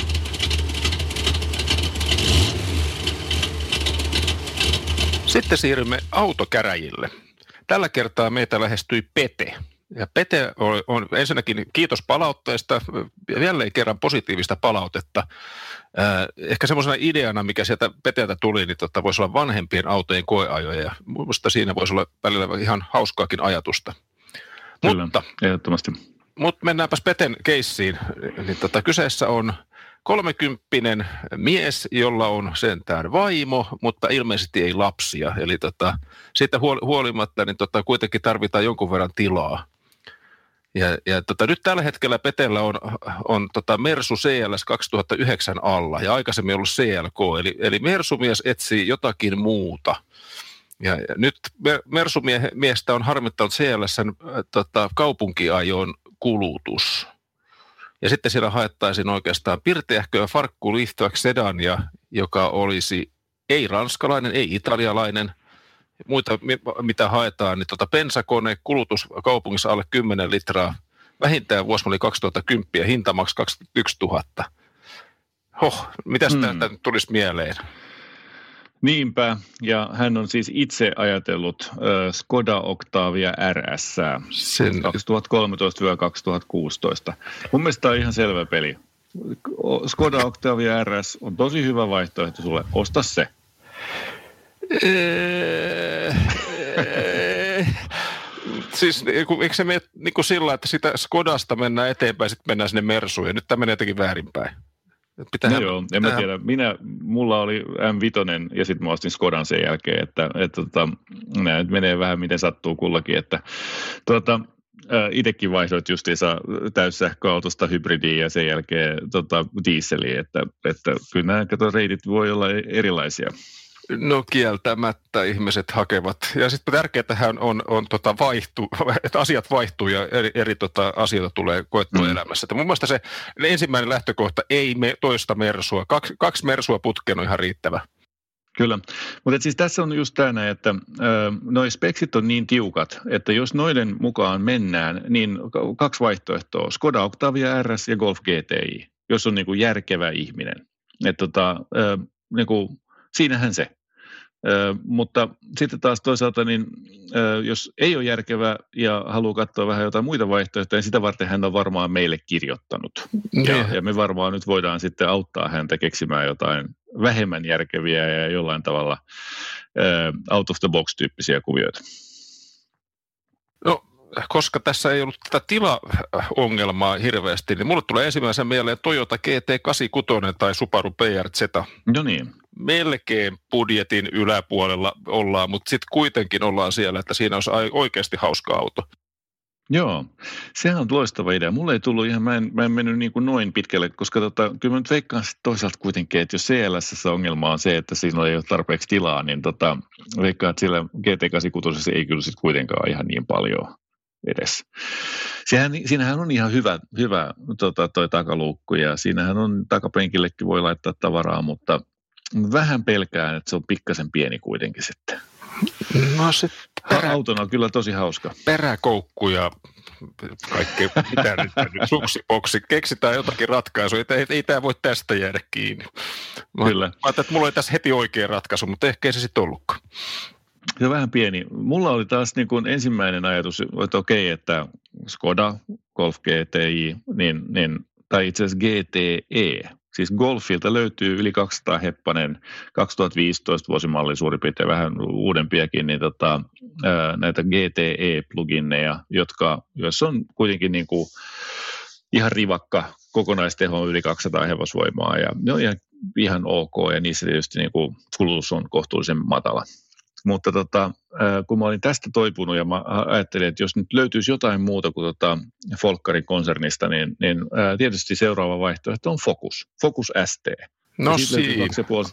Sitten siirrymme autokäräjille. Tällä kertaa meitä lähestyi Pete. Ja Pete on ensinnäkin kiitos palautteesta, jälleen kerran positiivista palautetta. Ehkä semmoisena ideana, mikä sieltä Peteeltä tuli, niin voisi olla vanhempien autojen koeajoja. Ja minusta siinä voisi olla välillä ihan hauskaakin ajatusta. Kyllä, ehdottomasti. Mutta mennäänpäs Peten keissiin. Niin kyseessä on 30 mies, jolla on sentään vaimo, mutta ilmeisesti ei lapsia. Eli siitä huolimatta niin kuitenkin tarvitaan jonkun verran tilaa. Ja nyt tällä hetkellä Petellä on Mersu CLS 2009 alla ja aikaisemmin ollut CLK, eli Mersumies etsii jotakin muuta. Ja nyt Mersumiestä on harmittanut CLS:n kaupunkiajon kulutus. Ja sitten siellä haettaisiin oikeastaan pirteähköä Farkku Liftback sedania, joka olisi ei ranskalainen, ei italialainen. Muita, mitä haetaan, niin bensakone, kulutus kaupungissa alle 10 litraa, vähintään vuosi oli 2010 ja hinta maksi 21 000. Mitäs täältä nyt tulisi mieleen? Niinpä, ja hän on siis itse ajatellut Skoda Octavia RS 2013-2016. Mun mielestä tämä on ihan selvä peli. Skoda Octavia RS on tosi hyvä vaihtoehto sulle, osta se. Siis eikö se mene niin sillä, että sitä Skodasta mennään eteenpäin, sitten mennään sinne Mersuun, ja nyt tämä menee jotenkin väärinpäin. Joo, en mä tiedä. Mulla oli M5 ja sitten mä ostin Skodan sen jälkeen, että nämä nyt menee vähän miten sattuu kullakin, että itsekin vaihdoit justiinsa täyssähköautosta hybridiin ja sen jälkeen dieseliin, että kyllä nämä reitit voi olla erilaisia. No kieltämättä ihmiset hakevat. Ja sitten tärkeätähän on että asiat vaihtuu ja eri asioita tulee koettua elämässä. Että mun mielestä se ensimmäinen lähtökohta ei toista Mersua. Kaksi Mersua putkeen on ihan riittävä. Kyllä, mutta siis tässä on just tämä, että noi speksit on niin tiukat, että jos noiden mukaan mennään, niin kaksi vaihtoehtoa, Skoda Octavia RS ja Golf GTI, jos on niinku järkevä ihminen. Että niinku, siinähän se. Mutta sitten taas toisaalta, niin jos ei ole järkevä ja haluaa katsoa vähän jotain muita vaihtoehtoja, niin sitä varten hän on varmaan meille kirjoittanut. Ja me varmaan nyt voidaan sitten auttaa häntä keksimään jotain vähemmän järkeviä ja jollain tavalla out of the box -tyyppisiä kuvioita. No, koska tässä ei ollut tätä tilaongelmaa hirveästi, niin mulle tulee ensimmäisen mieleen Toyota GT86 tai Subaru BRZ. No niin. Melkein budjetin yläpuolella ollaan, mutta sitten kuitenkin ollaan siellä, että siinä olisi oikeasti hauska auto. Joo, sehän on loistava idea. Mulle ei tullut ihan, mä en mennyt niin kuin noin pitkälle, koska kyllä mä nyt veikkaan toisaalta kuitenkin, että jos CLS:ssä ongelma on se, että siinä ei ole tarpeeksi tilaa, niin veikkaan, että sillä GT86 ei kyllä sitten kuitenkaan ihan niin paljon edes. Siinähän on ihan hyvä toi takaluukku ja siinähän on takapenkillekin voi laittaa tavaraa, mutta vähän pelkään, että se on pikkasen pieni kuitenkin sitten. No sitten autona on kyllä tosi hauska. Peräkoukku ja kaikki, mitä nyt suksiboksi. Keksitään jotakin ratkaisua, ei tämä voi tästä jäädä kiinni. Kyllä. Mä ajattelin, että mulla oli tässä heti oikea ratkaisu, mutta ehkä ei se sitten ollutkaan. Se on vähän pieni. Mulla oli taas niin kuin ensimmäinen ajatus, että okei, että Skoda, Golf GTI, tai itse asiassa GTE. Siis Golfilta löytyy yli 200 heppanen 2015 vuosimalli suurin piirtein vähän uudempiakin, niin näitä GTE-plugineja, joissa on kuitenkin niin kuin ihan rivakka kokonaisteho yli 200 hevosvoimaa ja ne on ihan ok ja niissä tietysti niin kuin kulutus on kohtuullisen matala. Mutta kun mä olin tästä toipunut ja mä ajattelin, että jos nyt löytyisi jotain muuta kuin Volkkarin konsernista, niin tietysti seuraava vaihtoehto on Focus ST. No siinä.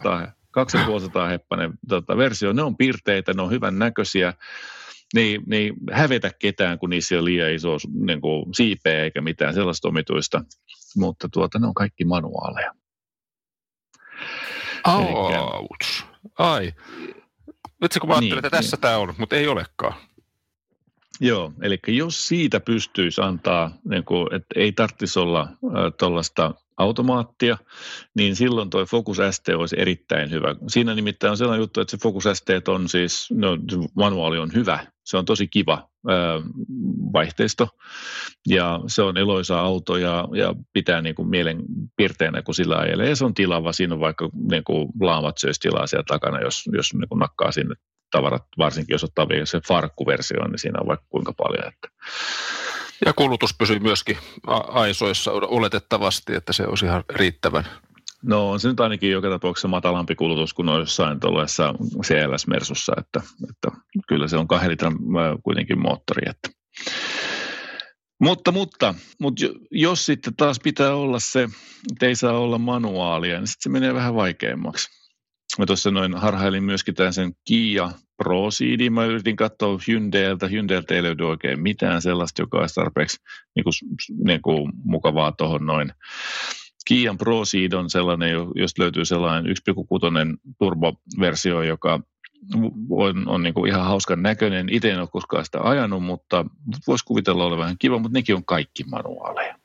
2500 heppanen versio. Ne on piirteitä, ne on hyvän näköisiä. Ne ei hävetä ketään, kun niissä on liian iso niin kuin siipeä eikä mitään sellaista omituista. Mutta ne on kaikki manuaaleja. Ouch. Ai. Vitsi kun mä ajattelin, että tässä tämä on, mutta ei olekaan. Joo, eli jos siitä pystyisi antaa, niin kuin, että ei tarvitsisi olla tuollaista automaattia, niin silloin tuo Focus ST olisi erittäin hyvä. Siinä nimittäin on sellainen juttu, että se Focus ST on siis, manuaali on hyvä, se on tosi kiva vaihteisto ja se on eloisa auto ja pitää niin kuin mielen pirteänä, kun sillä ajelee. Ja se on tilava, siinä on vaikka niin kuin laamat söistilaa siellä takana, jos niin kuin nakkaa sinne tavarat, varsinkin jos ottaa vielä se farkkuversio, niin siinä on vaikka kuinka paljon. Että. Ja kulutus pysyy myöskin aisoissa oletettavasti, että se olisi ihan riittävän. No on se nyt ainakin joka tapauksessa matalampi kulutus kuin on jossain tuollaisessa CLS-mersussa, että kyllä se on 2 litran kuitenkin moottori. Että. Mutta jos sitten taas pitää olla se, että ei saa olla manuaalia, niin sitten se menee vähän vaikeammaksi. Mä tuossa noin harhailin myöskin tämän sen Kia Proceedin. Mä yritin katsoa Hyundailta ei löydy oikein mitään sellaista, joka olisi tarpeeksi niin kuin mukavaa tuohon noin. Kian Proceed on sellainen, josta löytyy sellainen 1,6 turboversio, joka on niin kuin ihan hauskan näköinen. Itse en ole koskaan sitä ajanut, mutta voisi kuvitella olla vähän kiva, mutta nekin on kaikki manuaaleja.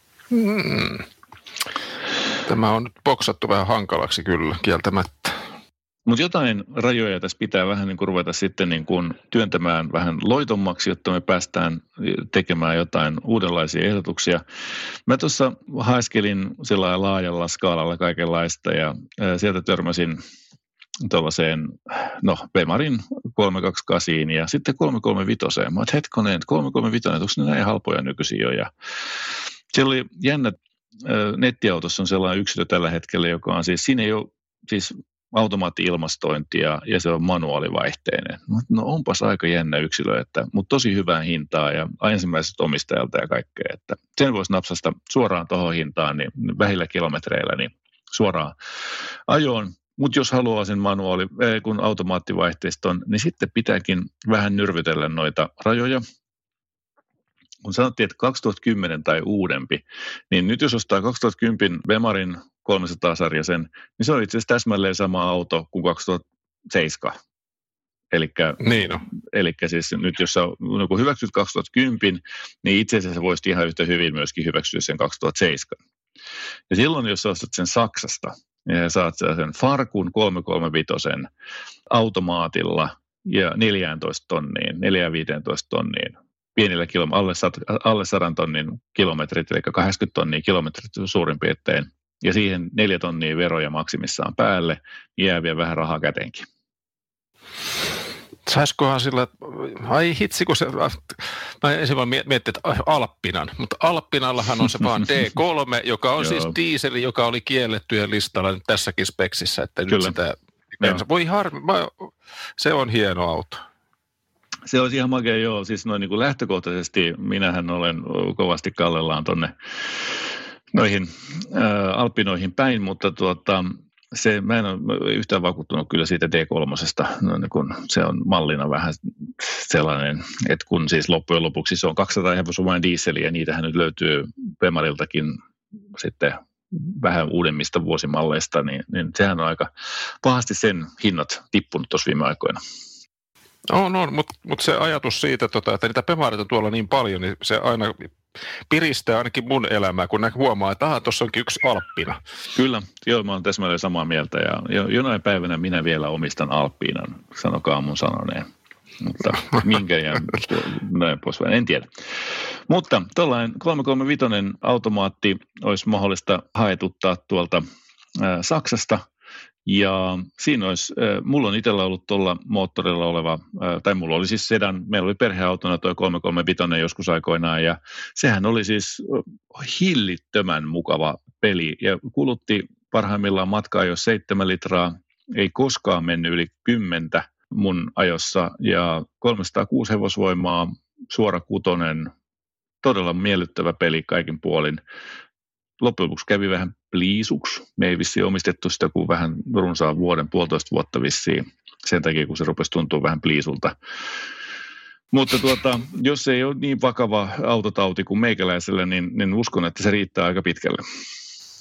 Tämä on nyt boksattu vähän hankalaksi kyllä, kieltämättä. Mutta jotain rajoja tässä pitää vähän niin kuin ruveta sitten niin kuin työntämään vähän loitommaksi, jotta me päästään tekemään jotain uudenlaisia ehdotuksia. Mä tuossa haeskelin sellainen laajalla skaalalla kaikenlaista ja sieltä törmäsin tuollaiseen, Bemarin 328 ja sitten 335. Mä oon hetkonen, 335, onko ne näin halpoja nykyisin jo? Ja siellä oli jännä, nettiautossa on sellainen yksilö tällä hetkellä, joka on siis, siinä ei ole siis automaatti-ilmastointia ja se on manuaalivaihteinen. No onpas aika jännä yksilö, mutta tosi hyvää hintaa ja ensimmäisestä omistajalta ja kaikkea. Että sen voisi napsasta suoraan tuohon hintaan, niin vähillä kilometreillä niin suoraan ajoon. Mutta jos haluaa sen kun automaattivaihteiston, niin sitten pitääkin vähän nyrvytellä noita rajoja. Kun sanottiin, että 2010 tai uudempi, niin nyt jos ostaa 2010 Bemarin 300-sarjaisen, niin se on itse asiassa täsmälleen sama auto kuin 2007. Elikkä siis nyt jos sä hyväksyt 2010, niin itse asiassa voisit ihan yhtä hyvin myöskin hyväksyä sen 2007. Ja silloin, jos sä ostat sen Saksasta, ja saat sen Farkun 335 automaatilla ja 14 tonniin, 4-15 tonniin, pienillä alle 100 tonnin kilometrit, eli 80 tonnia kilometrit suurin piirtein, ja siihen 4 tonnia veroja maksimissaan päälle, jää vielä vähän rahaa käteenkin. Saisikohan sillä, ai hitsi, kun se, mä ensin vaan mietin, että Alppinan, mutta Alppinallahan on se vaan D3, joka on siis dieseli, joka oli kiellettyjen listalla nyt tässäkin speksissä, että nyt sitä, voi se on hieno auto. Se olisi ihan makea, joo. Siis noin niin kuin lähtökohtaisesti minähän olen kovasti kallellaan tuonne noihin Alppinoihin päin, mutta mä en ole yhtään vakuuttunut kyllä siitä D3:sta, niin kun se on mallina vähän sellainen, että kun siis loppujen lopuksi se on 200 hevosvoimainen dieseli ja niitähän nyt löytyy Bemariltakin sitten vähän uudemmista vuosimalleista, niin sehän on aika pahasti sen hinnat tippunut tuossa viime aikoina. No, mutta se ajatus siitä, että niitä Bemareita on tuolla niin paljon, niin se aina piristää ainakin mun elämää, kun huomaa, että tuossa onkin yksi Alppina. Kyllä, joo, mä olen täsmälleen samaa mieltä ja jonain päivänä minä vielä omistan Alppinan, sanokaa mun sanoneen. Mutta minkä ja näin pois vai, en tiedä. Mutta tuollainen 335 automaatti olisi mahdollista haetuttaa tuolta Saksasta. Ja siinä olisi, mulla on itsellä ollut tuolla moottorilla oleva, tai mulla oli siis sedan, meillä oli perheautona tuo 335 joskus aikoinaan, ja sehän oli siis hillittömän mukava peli, ja kulutti parhaimmillaan matkaa jo 7 litraa, ei koskaan mennyt yli 10 mun ajossa, ja 306 hevosvoimaa, suora kutonen, todella miellyttävä peli kaikin puolin. Loppujen lopuksi kävi vähän pliisuksi. Me ei vissiin omistettu sitä kuin vähän runsaan vuoden, 1,5 vuotta vissiin. Sen takia, kun se rupesi tuntua vähän pliisulta. Mutta jos ei ole niin vakava autotauti kuin meikäläisellä, niin uskon, että se riittää aika pitkälle.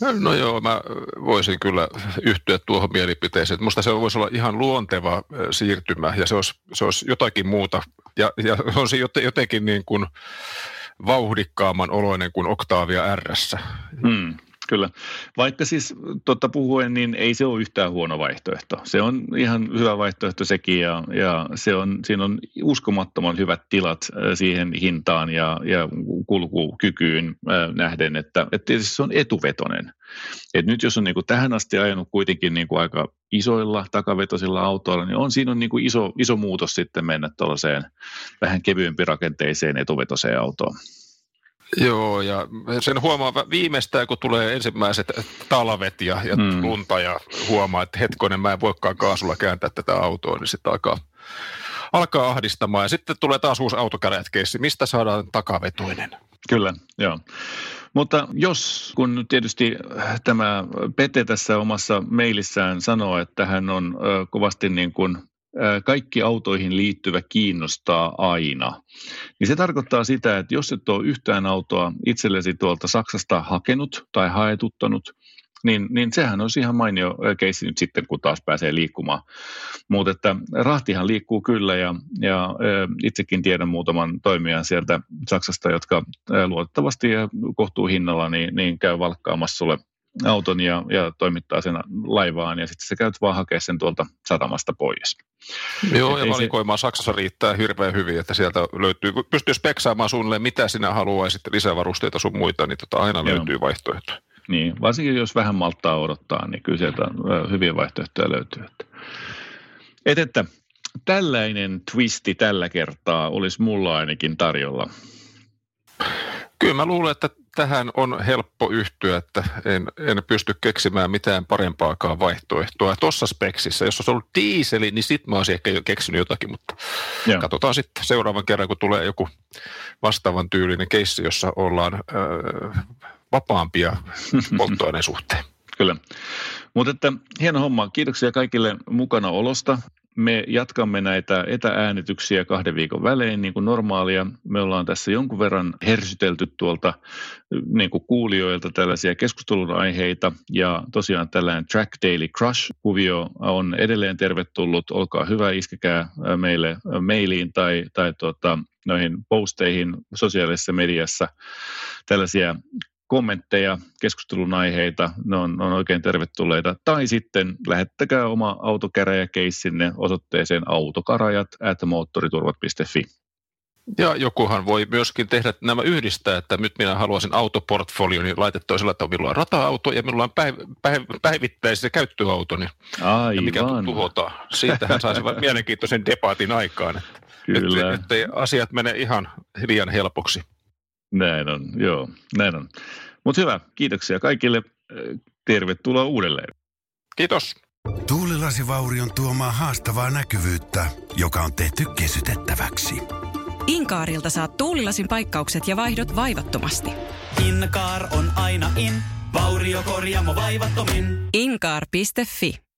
No joo, mä voisin kyllä yhtyä tuohon mielipiteeseen. Musta se voisi olla ihan luonteva siirtymä ja se olisi jotakin muuta. Ja on se jotenkin niin kuin vauhdikkaamman oloinen kuin Octavia RS. Kyllä. Vaikka siis totta puhuen, niin ei se ole yhtään huono vaihtoehto. Se on ihan hyvä vaihtoehto sekin ja siinä on uskomattoman hyvät tilat siihen hintaan ja kulkukykyyn nähden, että tietysti se on etuvetoinen. Et nyt jos on niin kuin tähän asti ajanut kuitenkin niin kuin aika isoilla takavetosilla autoilla, niin siinä on niin kuin iso muutos sitten mennä tuollaiseen vähän kevyempi rakenteiseen etuvetoseen autoon. Joo, ja sen huomaa viimeistään, kun tulee ensimmäiset talvet ja lunta ja huomaa, että hetkonen, mä en voikaan kaasulla kääntää tätä autoa, niin sitten alkaa ahdistamaan. Ja sitten tulee taas uusi autokäräjät-keissi. Mistä saadaan takavetoinen? Kyllä, joo. Mutta kun nyt tietysti tämä Pete tässä omassa mailissään sanoo, että hän on kovasti niin kuin kaikki autoihin liittyvä kiinnostaa aina, niin se tarkoittaa sitä, että jos et ole yhtään autoa itsellesi tuolta Saksasta hakenut tai haetuttanut, niin sehän olisi ihan mainio keissi nyt sitten, kun taas pääsee liikkumaan. Mutta että rahtihan liikkuu kyllä ja itsekin tiedän muutaman toimijan sieltä Saksasta, jotka luotettavasti ja kohtuuhinnalla niin käy valkkaamassa sulle auton ja toimittaa sen laivaan ja sitten sä käyt vaan hakea sen tuolta satamasta pois. Joo, ja valikoimaa Saksassa riittää hirveän hyvin, että sieltä löytyy, pystyy speksaamaan suunnilleen mitä sinä haluaisit, lisävarusteita sun muita, niin aina löytyy vaihtoehtoja. Niin, varsinkin jos vähän malttaa odottaa, niin kyllä sieltä hyviä vaihtoehtoja löytyy. Että tällainen twisti tällä kertaa olisi mulla ainakin tarjolla. Kyllä mä luulen, että tähän on helppo yhtyä, että en pysty keksimään mitään parempaakaan vaihtoehtoa. Tuossa speksissä, jos olisi ollut diiseli, niin sitten mä olisin ehkä jo keksinyt jotakin, mutta katsotaan sitten seuraavan kerran, kun tulee joku vastaavan tyylinen keissi, jossa ollaan vapaampia polttoaineen suhteen. Kyllä, mutta että hieno homma. Kiitoksia kaikille mukanaolosta. Me jatkamme näitä etäänityksiä 2 viikon välein niin kuin normaalia. Me ollaan tässä jonkun verran hersytelty tuolta niin kuin kuulijoilta tällaisia keskustelun aiheita ja tosiaan tällainen Track Daily Crush-kuvio on edelleen tervetullut. Olkaa hyvä, iskekää meille mailiin tai noihin posteihin sosiaalisessa mediassa tällaisia kommentteja, keskustelun aiheita, ne on oikein tervetulleita. Tai sitten lähettäkää oma autokäräjäkeissinne osoitteeseen autokarajat@moottoriturvat.fi. Ja jokuhan voi myöskin tehdä nämä yhdistää, että nyt minä haluaisin autoportfolioni laitetta sillä, että minulla on rata-auto ja minulla on päivittäisiä käyttöauto, niin ja mikä tuhotaan. Siitähän saisi mielenkiintoisen debatin aikaan. Kyllä. Ettei asiat mene ihan liian helpoksi. Näin on, joo, näin on. Mutta hyvä, kiitoksia kaikille. Tervetuloa uudelleen. Kiitos. Tuulilasivaurion tuomaa haastavaa näkyvyyttä, joka on tehty kesytettäväksi. Inkaarilta saat tuulilasin paikkaukset ja vaihdot vaivattomasti. Inkaar on aina in, vauriokorjaamo vaivattomin. Inkaar.fi